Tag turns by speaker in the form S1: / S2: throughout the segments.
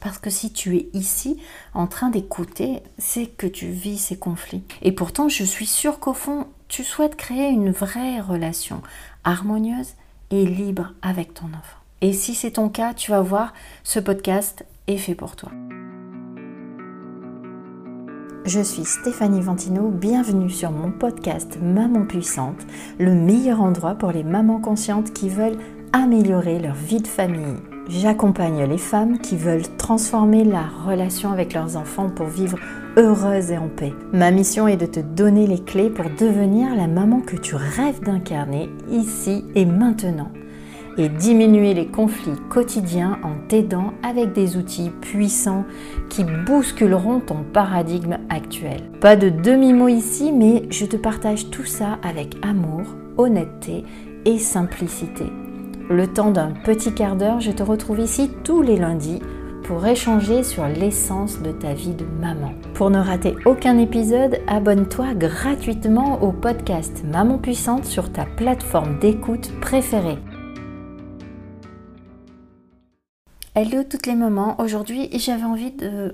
S1: Parce que si tu es ici en train d'écouter, c'est que tu vis ces conflits. Et pourtant, je suis sûre qu'au fond, tu souhaites créer une vraie relation harmonieuse et libre avec ton enfant. Et si c'est ton cas, tu vas voir, ce podcast est fait pour toi. Je suis Stéphanie Ventino, bienvenue sur mon podcast Maman Puissante, le meilleur endroit pour les mamans conscientes qui veulent améliorer leur vie de famille. J'accompagne les femmes qui veulent transformer la relation avec leurs enfants pour vivre heureuses et en paix. Ma mission est de te donner les clés pour devenir la maman que tu rêves d'incarner ici et maintenant. Et diminuer les conflits quotidiens en t'aidant avec des outils puissants qui bousculeront ton paradigme actuel. Pas de demi-mot ici, mais je te partage tout ça avec amour, honnêteté et simplicité. Le temps d'un petit quart d'heure, je te retrouve ici tous les lundis pour échanger sur l'essence de ta vie de maman. Pour ne rater aucun épisode, abonne-toi gratuitement au podcast Maman Puissante sur ta plateforme d'écoute préférée. Hello toutes les mamans, aujourd'hui j'avais envie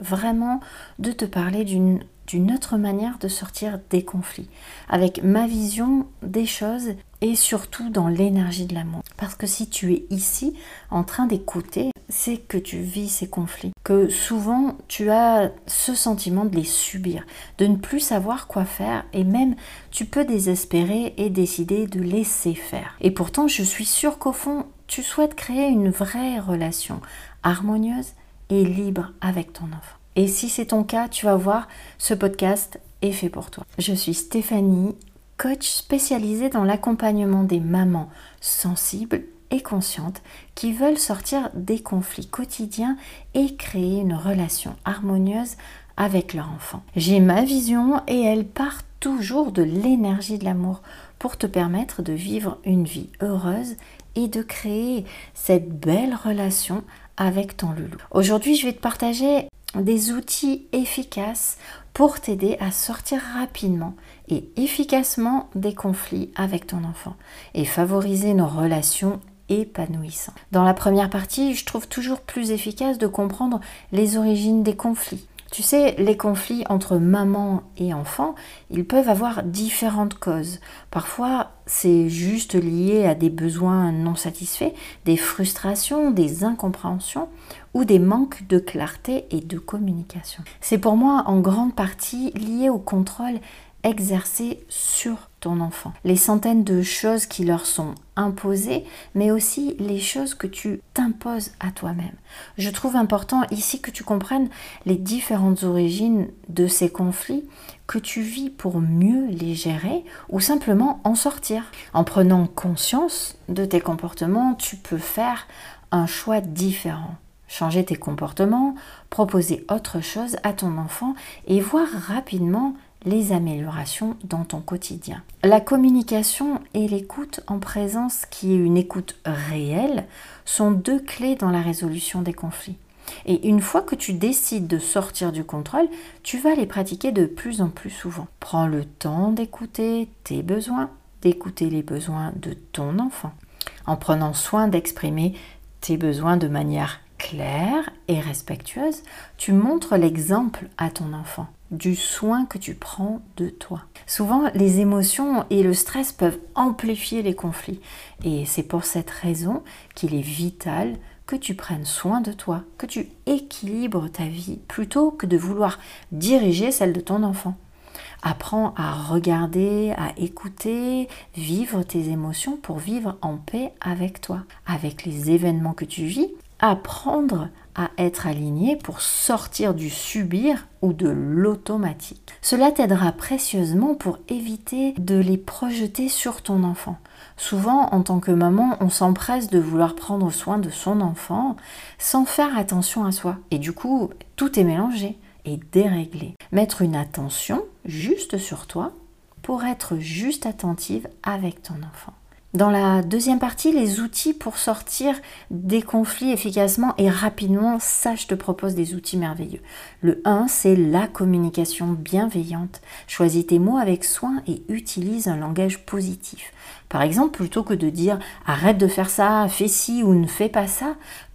S1: de te parler d'une autre manière de sortir des conflits, avec ma vision des choses et surtout dans l'énergie de l'amour. Parce que si tu es ici en train d'écouter, c'est que tu vis ces conflits, que souvent tu as ce sentiment de les subir, de ne plus savoir quoi faire et même tu peux désespérer et décider de laisser faire. Et pourtant je suis sûre qu'au fond tu souhaites créer une vraie relation harmonieuse et libre avec ton enfant. Et si c'est ton cas, tu vas voir, ce podcast est fait pour toi. Je suis Stéphanie, coach spécialisée dans l'accompagnement des mamans sensibles et conscientes qui veulent sortir des conflits quotidiens et créer une relation harmonieuse avec leur enfant. J'ai ma vision et elle part toujours de l'énergie de l'amour pour te permettre de vivre une vie heureuse et de créer cette belle relation avec ton loulou. Aujourd'hui, je vais te partager des outils efficaces pour t'aider à sortir rapidement et efficacement des conflits avec ton enfant et favoriser nos relations épanouissantes. Dans la première partie, je trouve toujours plus efficace de comprendre les origines des conflits. Tu sais, les conflits entre maman et enfant, ils peuvent avoir différentes causes. Parfois, c'est juste lié à des besoins non satisfaits, des frustrations, des incompréhensions ou des manques de clarté et de communication. C'est pour moi en grande partie lié au contrôle exercé sur ton enfant. Les centaines de choses qui leur sont imposées, mais aussi les choses que tu t'imposes à toi-même. Je trouve important ici que tu comprennes les différentes origines de ces conflits que tu vis pour mieux les gérer ou simplement en sortir. En prenant conscience de tes comportements, tu peux faire un choix différent. Changer tes comportements, proposer autre chose à ton enfant et voir rapidement les améliorations dans ton quotidien. La communication et l'écoute en présence, qui est une écoute réelle, sont deux clés dans la résolution des conflits. Et une fois que tu décides de sortir du contrôle, tu vas les pratiquer de plus en plus souvent. Prends le temps d'écouter tes besoins, d'écouter les besoins de ton enfant, en prenant soin d'exprimer tes besoins de manière claire et respectueuse, tu montres l'exemple à ton enfant du soin que tu prends de toi. Souvent, les émotions et le stress peuvent amplifier les conflits et c'est pour cette raison qu'il est vital que tu prennes soin de toi, que tu équilibres ta vie plutôt que de vouloir diriger celle de ton enfant. Apprends à regarder, à écouter, vivre tes émotions pour vivre en paix avec toi, avec les événements que tu vis. Apprendre à être aligné pour sortir du subir ou de l'automatique. Cela t'aidera précieusement pour éviter de les projeter sur ton enfant. Souvent, en tant que maman, on s'empresse de vouloir prendre soin de son enfant sans faire attention à soi. Et du coup, tout est mélangé et déréglé. Mettre une attention juste sur toi pour être juste attentive avec ton enfant. Dans la deuxième partie, les outils pour sortir des conflits efficacement et rapidement, ça je te propose des outils merveilleux. Le 1, c'est la communication bienveillante. Choisis tes mots avec soin et utilise un langage positif. Par exemple, plutôt que de dire « arrête de faire ça, fais ci ou ne fais pas ça »,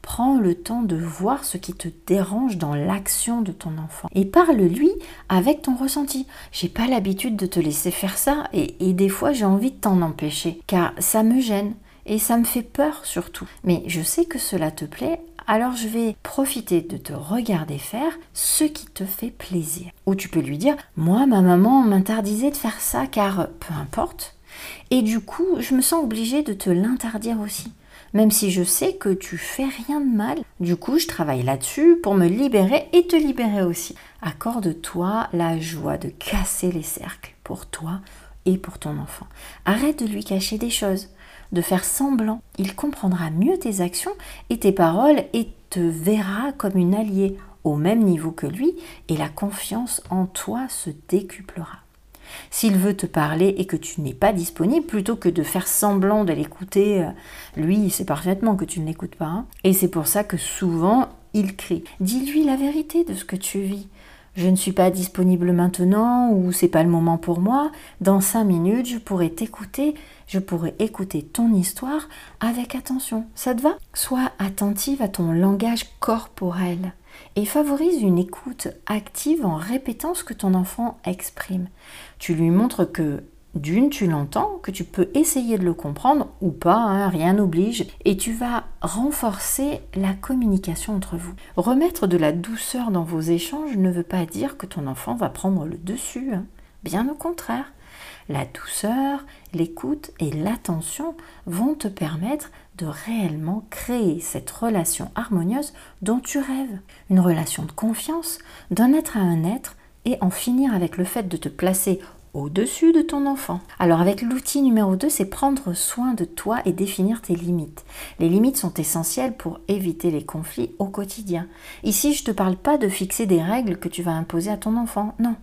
S1: Prends le temps de voir ce qui te dérange dans l'action de ton enfant et parle-lui avec ton ressenti. J'ai pas l'habitude de te laisser faire ça et des fois j'ai envie de t'en empêcher car ça me gêne et ça me fait peur surtout. Mais je sais que cela te plaît, alors je vais profiter de te regarder faire ce qui te fait plaisir. Ou tu peux lui dire, moi ma maman m'interdisait de faire ça car peu importe. Et du coup, je me sens obligée de te l'interdire aussi. Même si je sais que tu fais rien de mal. Du coup, je travaille là-dessus pour me libérer et te libérer aussi. Accorde-toi la joie de casser les cercles pour toi et pour ton enfant. Arrête de lui cacher des choses, de faire semblant. Il comprendra mieux tes actions et tes paroles et te verra comme une alliée au même niveau que lui et la confiance en toi se décuplera. S'il veut te parler et que tu n'es pas disponible, plutôt que de faire semblant de l'écouter, lui, il sait parfaitement que tu ne l'écoutes pas. Hein. Et c'est pour ça que souvent, il crie. Dis-lui la vérité de ce que tu vis. Je ne suis pas disponible maintenant ou c'est pas le moment pour moi. Dans 5 minutes, je pourrais t'écouter, je pourrais écouter ton histoire avec attention. Ça te va ? Sois attentive à ton langage corporel et favorise une écoute active en répétant ce que ton enfant exprime. Tu lui montres que d'une, tu l'entends, que tu peux essayer de le comprendre ou pas, hein, rien n'oblige, et tu vas renforcer la communication entre vous. Remettre de la douceur dans vos échanges ne veut pas dire que ton enfant va prendre le dessus, hein. Bien au contraire. La douceur, l'écoute et l'attention vont te permettre de réellement créer cette relation harmonieuse dont tu rêves. Une relation de confiance, d'un être à un être, et en finir avec le fait de te placer au-dessus de ton enfant. Alors avec l'outil numéro 2, c'est prendre soin de toi et définir tes limites. Les limites sont essentielles pour éviter les conflits au quotidien. Ici, je ne te parle pas de fixer des règles que tu vas imposer à ton enfant, non.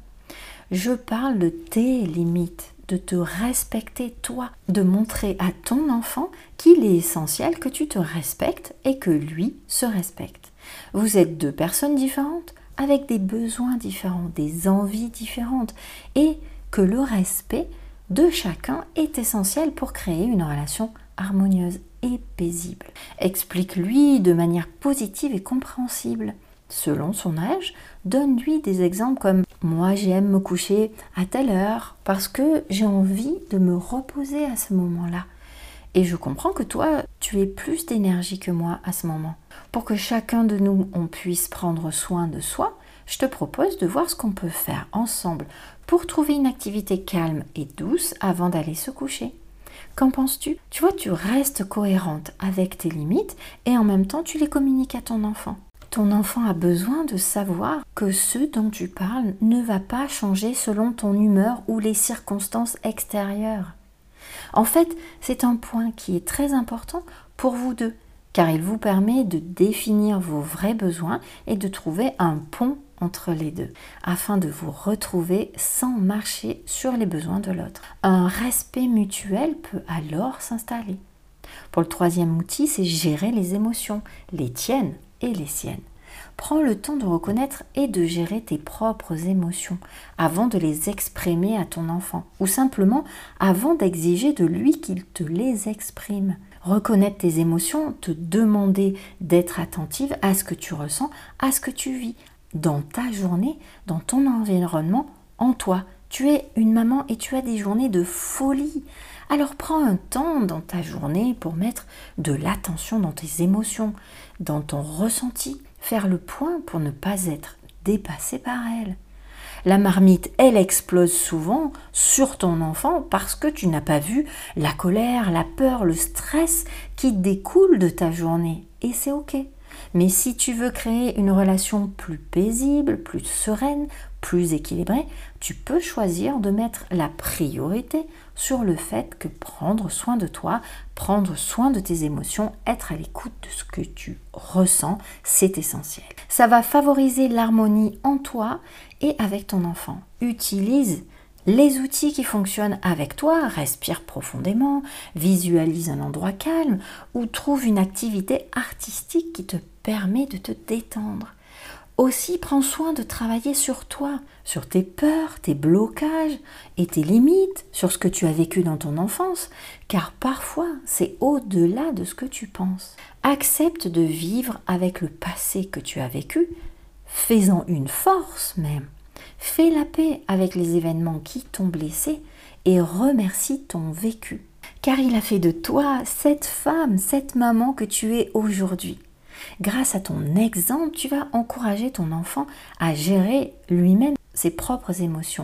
S1: Je parle de tes limites, de te respecter toi, de montrer à ton enfant qu'il est essentiel que tu te respectes et que lui se respecte. Vous êtes 2 personnes différentes, avec des besoins différents, des envies différentes, et que le respect de chacun est essentiel pour créer une relation harmonieuse et paisible. Explique-lui de manière positive et compréhensible. Selon son âge, donne-lui des exemples comme « Moi, j'aime me coucher à telle heure parce que j'ai envie de me reposer à ce moment-là. Et je comprends que toi, tu aies plus d'énergie que moi à ce moment. Pour que chacun de nous, on puisse prendre soin de soi, je te propose de voir ce qu'on peut faire ensemble pour trouver une activité calme et douce avant d'aller se coucher. Qu'en penses-tu ? Tu vois, tu restes cohérente avec tes limites et en même temps, tu les communiques à ton enfant. Ton enfant a besoin de savoir que ce dont tu parles ne va pas changer selon ton humeur ou les circonstances extérieures. En fait, c'est un point qui est très important pour vous deux, car il vous permet de définir vos vrais besoins et de trouver un pont entre les deux, afin de vous retrouver sans marcher sur les besoins de l'autre. Un respect mutuel peut alors s'installer. Pour le 3e outil, c'est gérer les émotions, les tiennes et les siennes. Prends le temps de reconnaître et de gérer tes propres émotions avant de les exprimer à ton enfant ou simplement avant d'exiger de lui qu'il te les exprime. Reconnaître tes émotions, te demander d'être attentive à ce que tu ressens, à ce que tu vis dans ta journée, dans ton environnement, en toi. Tu es une maman et tu as des journées de folie. Alors prends un temps dans ta journée pour mettre de l'attention dans tes émotions, dans ton ressenti, faire le point pour ne pas être dépassé par elle. La marmite, elle explose souvent sur ton enfant parce que tu n'as pas vu la colère, la peur, le stress qui découle de ta journée. Et c'est ok. Mais si tu veux créer une relation plus paisible, plus sereine, plus équilibrée, tu peux choisir de mettre la priorité sur le fait que prendre soin de toi, prendre soin de tes émotions, être à l'écoute de ce que tu ressens, c'est essentiel. Ça va favoriser l'harmonie en toi et avec ton enfant. Utilise les outils qui fonctionnent avec toi, respire profondément, visualise un endroit calme ou trouve une activité artistique qui te permet de te détendre. Aussi, prends soin de travailler sur toi, sur tes peurs, tes blocages et tes limites, sur ce que tu as vécu dans ton enfance, car parfois c'est au-delà de ce que tu penses. Accepte de vivre avec le passé que tu as vécu, fais-en une force même. Fais la paix avec les événements qui t'ont blessé et remercie ton vécu, car il a fait de toi cette femme, cette maman que tu es aujourd'hui. Grâce à ton exemple, tu vas encourager ton enfant à gérer lui-même ses propres émotions.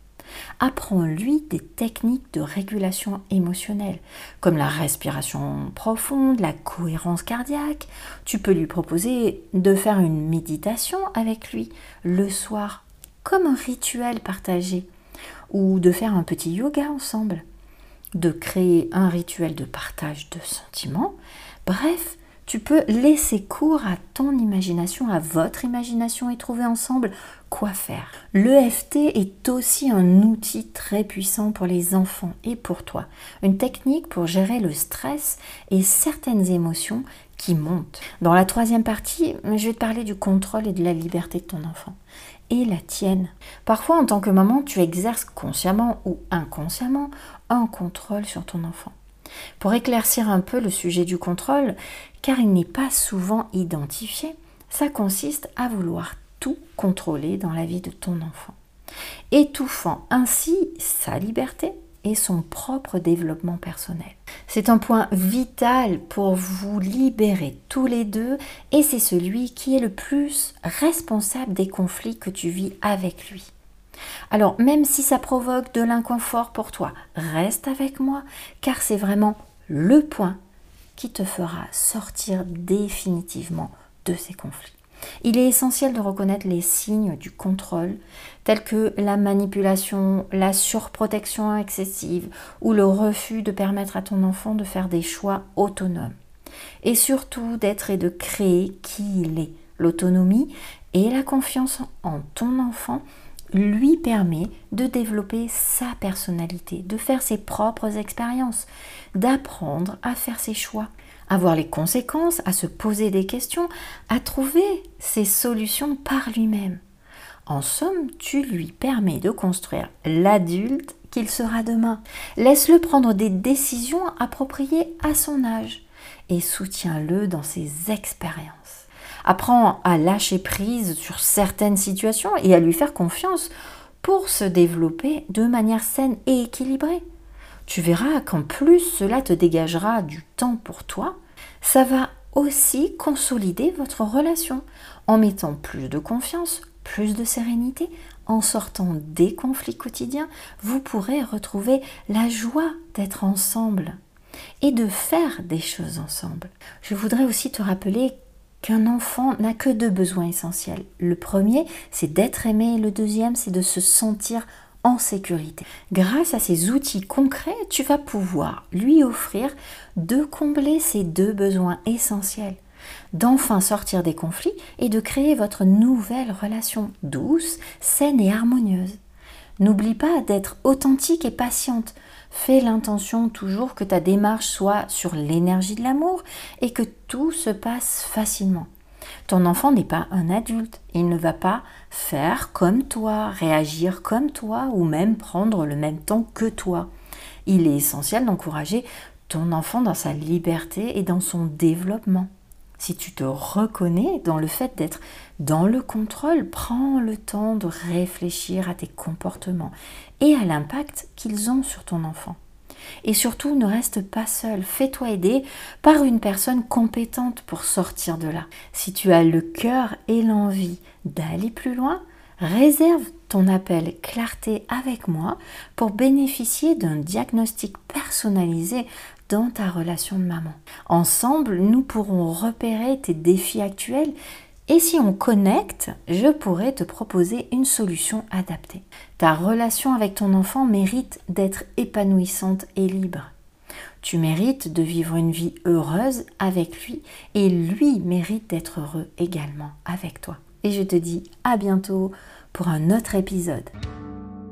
S1: Apprends-lui des techniques de régulation émotionnelle, comme la respiration profonde, la cohérence cardiaque. Tu peux lui proposer de faire une méditation avec lui le soir, comme un rituel partagé, ou de faire un petit yoga ensemble, de créer un rituel de partage de sentiments. Bref, tu peux laisser cours à ton imagination, à votre imagination et trouver ensemble quoi faire. L'EFT est aussi un outil très puissant pour les enfants et pour toi. Une technique pour gérer le stress et certaines émotions qui montent. Dans la troisième partie, je vais te parler du contrôle et de la liberté de ton enfant. Et la tienne. Parfois, en tant que maman, tu exerces consciemment ou inconsciemment un contrôle sur ton enfant. Pour éclaircir un peu le sujet du contrôle, car il n'est pas souvent identifié, ça consiste à vouloir tout contrôler dans la vie de ton enfant, étouffant ainsi sa liberté et son propre développement personnel. C'est un point vital pour vous libérer tous les deux et c'est celui qui est le plus responsable des conflits que tu vis avec lui. Alors, même si ça provoque de l'inconfort pour toi, reste avec moi, car c'est vraiment le point qui te fera sortir définitivement de ces conflits. Il est essentiel de reconnaître les signes du contrôle, tels que la manipulation, la surprotection excessive ou le refus de permettre à ton enfant de faire des choix autonomes. Et surtout d'être et de créer qui il est. L'autonomie et la confiance en ton enfant lui permet de développer sa personnalité, de faire ses propres expériences, d'apprendre à faire ses choix, à voir les conséquences, à se poser des questions, à trouver ses solutions par lui-même. En somme, tu lui permets de construire l'adulte qu'il sera demain. Laisse-le prendre des décisions appropriées à son âge et soutiens-le dans ses expériences. Apprends à lâcher prise sur certaines situations et à lui faire confiance pour se développer de manière saine et équilibrée. Tu verras qu'en plus cela te dégagera du temps pour toi. Ça va aussi consolider votre relation en mettant plus de confiance, plus de sérénité, en sortant des conflits quotidiens. Vous pourrez retrouver la joie d'être ensemble et de faire des choses ensemble. Je voudrais aussi te rappeler qu'un enfant n'a que deux besoins essentiels. Le premier, c'est d'être aimé et le deuxième, c'est de se sentir en sécurité. Grâce à ces outils concrets, tu vas pouvoir lui offrir de combler ces deux besoins essentiels, d'enfin sortir des conflits et de créer votre nouvelle relation douce, saine et harmonieuse. N'oublie pas d'être authentique et patiente. Fais l'intention toujours que ta démarche soit sur l'énergie de l'amour et que tout se passe facilement. Ton enfant n'est pas un adulte, il ne va pas faire comme toi, réagir comme toi ou même prendre le même temps que toi. Il est essentiel d'encourager ton enfant dans sa liberté et dans son développement. Si tu te reconnais dans le fait d'être dans le contrôle, prends le temps de réfléchir à tes comportements et à l'impact qu'ils ont sur ton enfant. Et surtout, ne reste pas seul, fais-toi aider par une personne compétente pour sortir de là. Si tu as le cœur et l'envie d'aller plus loin, réserve ton appel clarté avec moi pour bénéficier d'un diagnostic personnalisé dans ta relation de maman. Ensemble, nous pourrons repérer tes défis actuels et si on connecte, je pourrai te proposer une solution adaptée. Ta relation avec ton enfant mérite d'être épanouissante et libre. Tu mérites de vivre une vie heureuse avec lui et lui mérite d'être heureux également avec toi. Et je te dis à bientôt pour un autre épisode.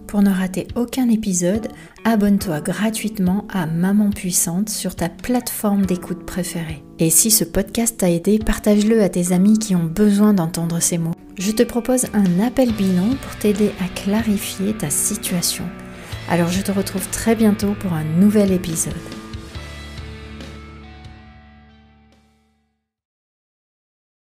S1: Pour ne rater aucun épisode, abonne-toi gratuitement à Maman Puissante sur ta plateforme d'écoute préférée. Et si ce podcast t'a aidé, partage-le à tes amis qui ont besoin d'entendre ces mots. Je te propose un appel bilan pour t'aider à clarifier ta situation. Alors je te retrouve très bientôt pour un nouvel épisode.